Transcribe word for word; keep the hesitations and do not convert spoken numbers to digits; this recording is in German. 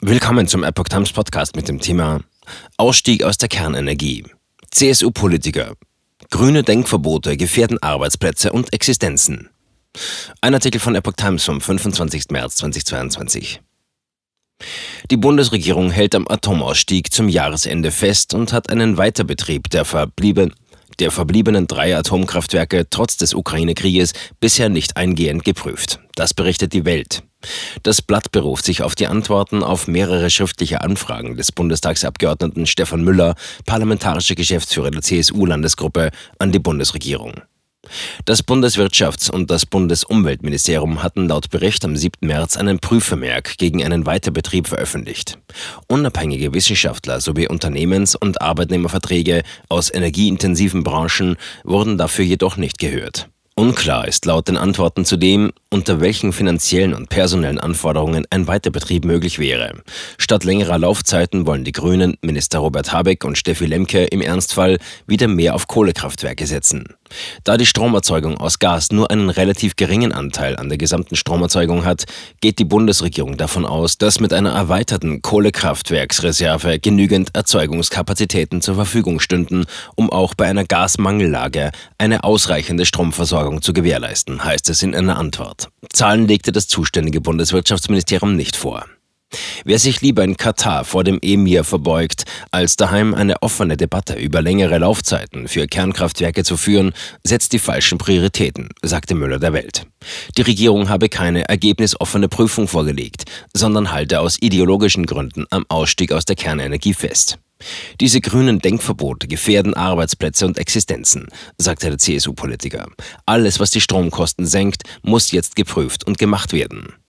Willkommen zum Epoch Times Podcast mit dem Thema Ausstieg aus der Kernenergie. C S U-Politiker. Grüne Denkverbote gefährden Arbeitsplätze und Existenzen. Ein Artikel von Epoch Times vom fünfundzwanzigsten März zweitausendzweiundzwanzig. Die Bundesregierung hält am Atomausstieg zum Jahresende fest und hat einen Weiterbetrieb der, verblieben, der verbliebenen drei Atomkraftwerke trotz des Ukraine-Krieges bisher nicht eingehend geprüft. Das berichtet die Welt. Das Blatt beruft sich auf die Antworten auf mehrere schriftliche Anfragen des Bundestagsabgeordneten Stefan Müller, parlamentarischer Geschäftsführer der C S U-Landesgruppe, an die Bundesregierung. Das Bundeswirtschafts- und das Bundesumweltministerium hatten laut Bericht am siebten März einen Prüfvermerk gegen einen Weiterbetrieb veröffentlicht. Unabhängige Wissenschaftler sowie Unternehmens- und Arbeitnehmerverträge aus energieintensiven Branchen wurden dafür jedoch nicht gehört. Unklar ist laut den Antworten zudem, unter welchen finanziellen und personellen Anforderungen ein Weiterbetrieb möglich wäre. Statt längerer Laufzeiten wollen die Grünen, Minister Robert Habeck und Steffi Lemke im Ernstfall wieder mehr auf Kohlekraftwerke setzen. Da die Stromerzeugung aus Gas nur einen relativ geringen Anteil an der gesamten Stromerzeugung hat, geht die Bundesregierung davon aus, dass mit einer erweiterten Kohlekraftwerksreserve genügend Erzeugungskapazitäten zur Verfügung stünden, um auch bei einer Gasmangellage eine ausreichende Stromversorgung zu gewährleisten, heißt es in einer Antwort. Zahlen legte das zuständige Bundeswirtschaftsministerium nicht vor. Wer sich lieber in Katar vor dem Emir verbeugt, als daheim eine offene Debatte über längere Laufzeiten für Kernkraftwerke zu führen, setzt die falschen Prioritäten, sagte Müller der Welt. Die Regierung habe keine ergebnisoffene Prüfung vorgelegt, sondern halte aus ideologischen Gründen am Ausstieg aus der Kernenergie fest. Diese grünen Denkverbote gefährden Arbeitsplätze und Existenzen, sagte der C S U-Politiker. Alles, was die Stromkosten senkt, muss jetzt geprüft und gemacht werden.